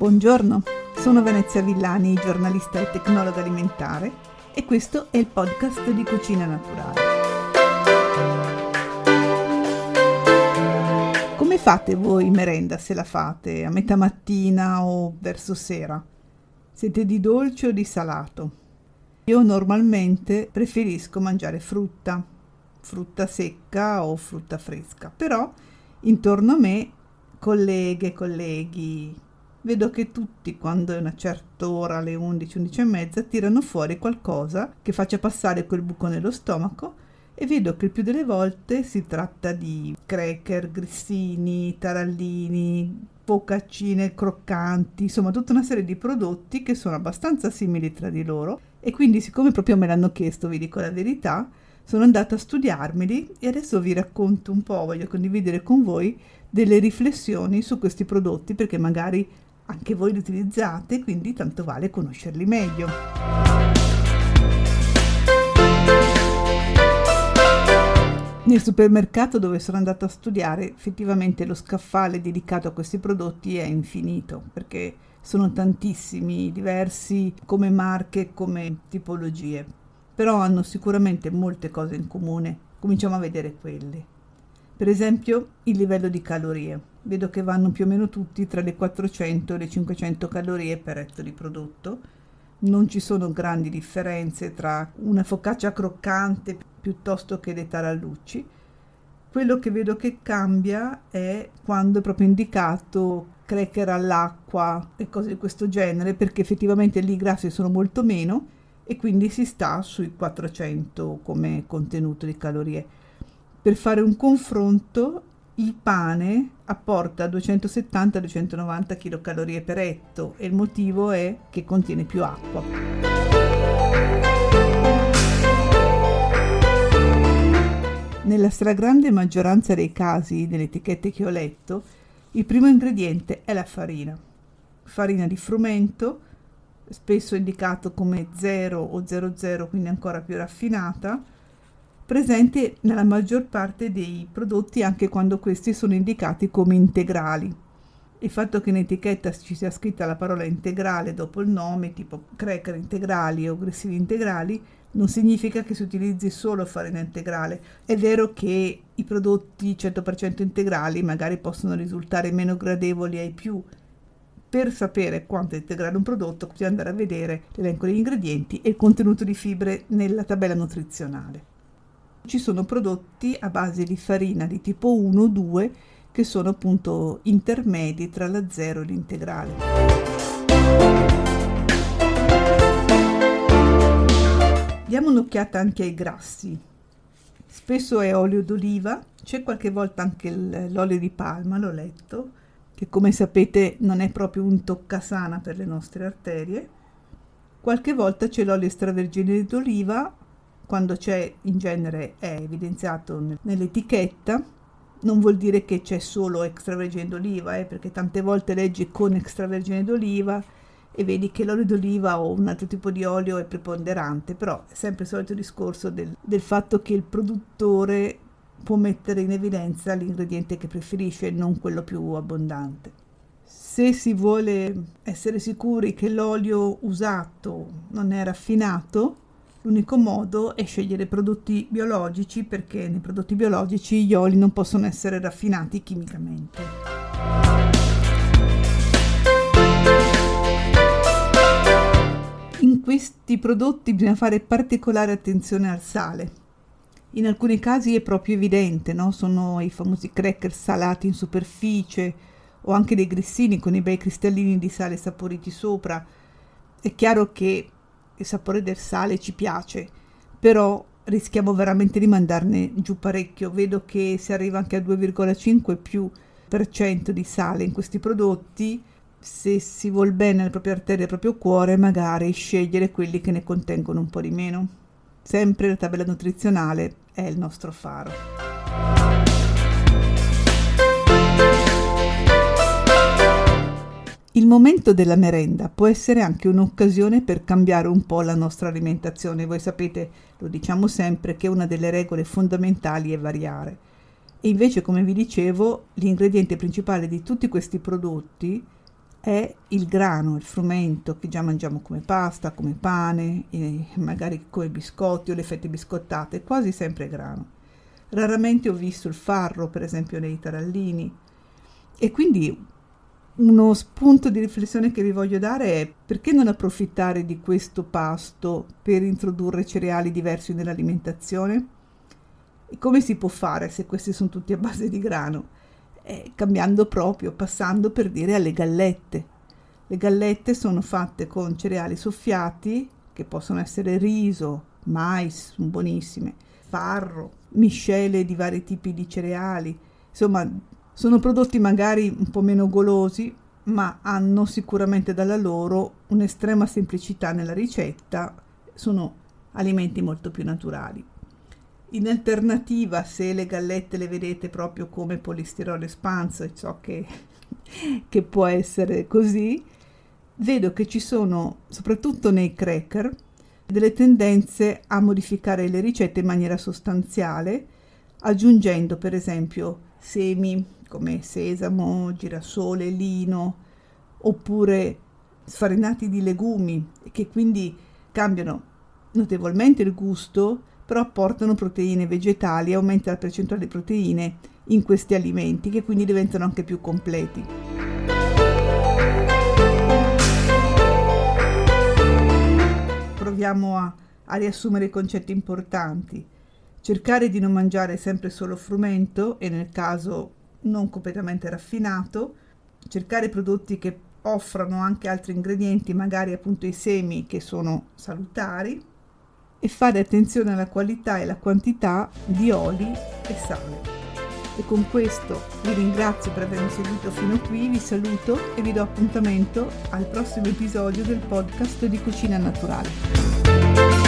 Buongiorno, sono Venezia Villani, giornalista e tecnologa alimentare, e questo è il podcast di Cucina Naturale. Come fate voi merenda, se la fate a metà mattina o verso sera? Siete di dolce o di salato? Io normalmente preferisco mangiare frutta secca o frutta fresca, però intorno a me, colleghe e colleghi, vedo che tutti, quando è una certa ora, alle 11, 11 e mezza, tirano fuori qualcosa che faccia passare quel buco nello stomaco, e vedo che il più delle volte si tratta di cracker, grissini, tarallini, focaccine croccanti, insomma tutta una serie di prodotti che sono abbastanza simili tra di loro, e quindi, siccome proprio me l'hanno chiesto, vi dico la verità, sono andata a studiarmeli e adesso vi racconto un po', voglio condividere con voi delle riflessioni su questi prodotti, perché magari anche voi li utilizzate, quindi tanto vale conoscerli meglio. Nel supermercato dove sono andata a studiare, effettivamente lo scaffale dedicato a questi prodotti è infinito, perché sono tantissimi, diversi come marche, come tipologie, però hanno sicuramente molte cose in comune. Cominciamo a vedere quelle. Per esempio, il livello di calorie. Vedo che vanno più o meno tutti tra le 400 e le 500 calorie per etto di prodotto. Non ci sono grandi differenze tra una focaccia croccante piuttosto che dei tarallucci. Quello che vedo che cambia è quando è proprio indicato cracker all'acqua e cose di questo genere, perché effettivamente lì i grassi sono molto meno e quindi si sta sui 400 come contenuto di calorie. Per fare un confronto, il pane apporta 270-290 kcal per etto, e il motivo è che contiene più acqua. Nella stragrande maggioranza dei casi, nelle etichette che ho letto, il primo ingrediente è la farina. Farina di frumento, spesso indicato come 0 o 00, quindi ancora più raffinata, presente nella maggior parte dei prodotti anche quando questi sono indicati come integrali. Il fatto che in etichetta ci sia scritta la parola integrale dopo il nome, tipo cracker integrali o grissini integrali, non significa che si utilizzi solo farina integrale. È vero che i prodotti 100% integrali magari possono risultare meno gradevoli ai più. Per sapere quanto è integrale un prodotto, bisogna andare a vedere l'elenco degli ingredienti e il contenuto di fibre nella tabella nutrizionale. Ci sono prodotti a base di farina di tipo 1 o 2 che sono appunto intermedi tra la 0 e l'integrale. Diamo un'occhiata anche ai grassi. Spesso è olio d'oliva, c'è qualche volta anche l'olio di palma, l'ho letto, che come sapete non è proprio un toccasana per le nostre arterie. Qualche volta c'è l'olio extravergine d'oliva. Quando c'è, in genere è evidenziato nell'etichetta, non vuol dire che c'è solo extravergine d'oliva, perché tante volte leggi con extravergine d'oliva e vedi che l'olio d'oliva o un altro tipo di olio è preponderante, però è sempre il solito discorso del fatto che il produttore può mettere in evidenza l'ingrediente che preferisce e non quello più abbondante. Se si vuole essere sicuri che l'olio usato non è raffinato, l'unico modo è scegliere prodotti biologici, perché nei prodotti biologici gli oli non possono essere raffinati chimicamente. In questi prodotti bisogna fare particolare attenzione al sale. In alcuni casi è proprio evidente, no? Sono i famosi cracker salati in superficie o anche dei grissini con i bei cristallini di sale saporiti sopra. È chiaro che il sapore del sale ci piace, però rischiamo veramente di mandarne giù parecchio. Vedo che si arriva anche a 2,5% di sale in questi prodotti. Se si vuol bene alle proprie arterie e al proprio cuore, magari scegliere quelli che ne contengono un po' di meno. Sempre la tabella nutrizionale è il nostro faro. Il momento della merenda può essere anche un'occasione per cambiare un po' la nostra alimentazione. Voi sapete, lo diciamo sempre, che una delle regole fondamentali è variare. E invece, come vi dicevo, l'ingrediente principale di tutti questi prodotti è il grano, il frumento che già mangiamo come pasta, come pane, magari come biscotti o le fette biscottate, quasi sempre grano. Raramente ho visto il farro, per esempio, nei tarallini. E quindi uno spunto di riflessione che vi voglio dare è: perché non approfittare di questo pasto per introdurre cereali diversi nell'alimentazione? E come si può fare se questi sono tutti a base di grano? Cambiando proprio, passando per dire alle gallette. Le gallette sono fatte con cereali soffiati, che possono essere riso, mais, sono buonissime, farro, miscele di vari tipi di cereali. Insomma, sono prodotti magari un po' meno golosi, ma hanno sicuramente dalla loro un'estrema semplicità nella ricetta, sono alimenti molto più naturali. In alternativa, se le gallette le vedete proprio come polistirolo espanso, e so che può essere così, vedo che ci sono, soprattutto nei cracker, delle tendenze a modificare le ricette in maniera sostanziale, aggiungendo per esempio semi come sesamo, girasole, lino, oppure sfarinati di legumi, che quindi cambiano notevolmente il gusto, però apportano proteine vegetali e aumenta la percentuale di proteine in questi alimenti, che quindi diventano anche più completi. Proviamo a riassumere i concetti importanti. Cercare di non mangiare sempre solo frumento, e nel caso non completamente raffinato, cercare prodotti che offrano anche altri ingredienti, magari appunto i semi, che sono salutari, e fare attenzione alla qualità e alla quantità di oli e sale. E con questo vi ringrazio per avermi seguito fino qui, vi saluto e vi do appuntamento al prossimo episodio del podcast di Cucina Naturale.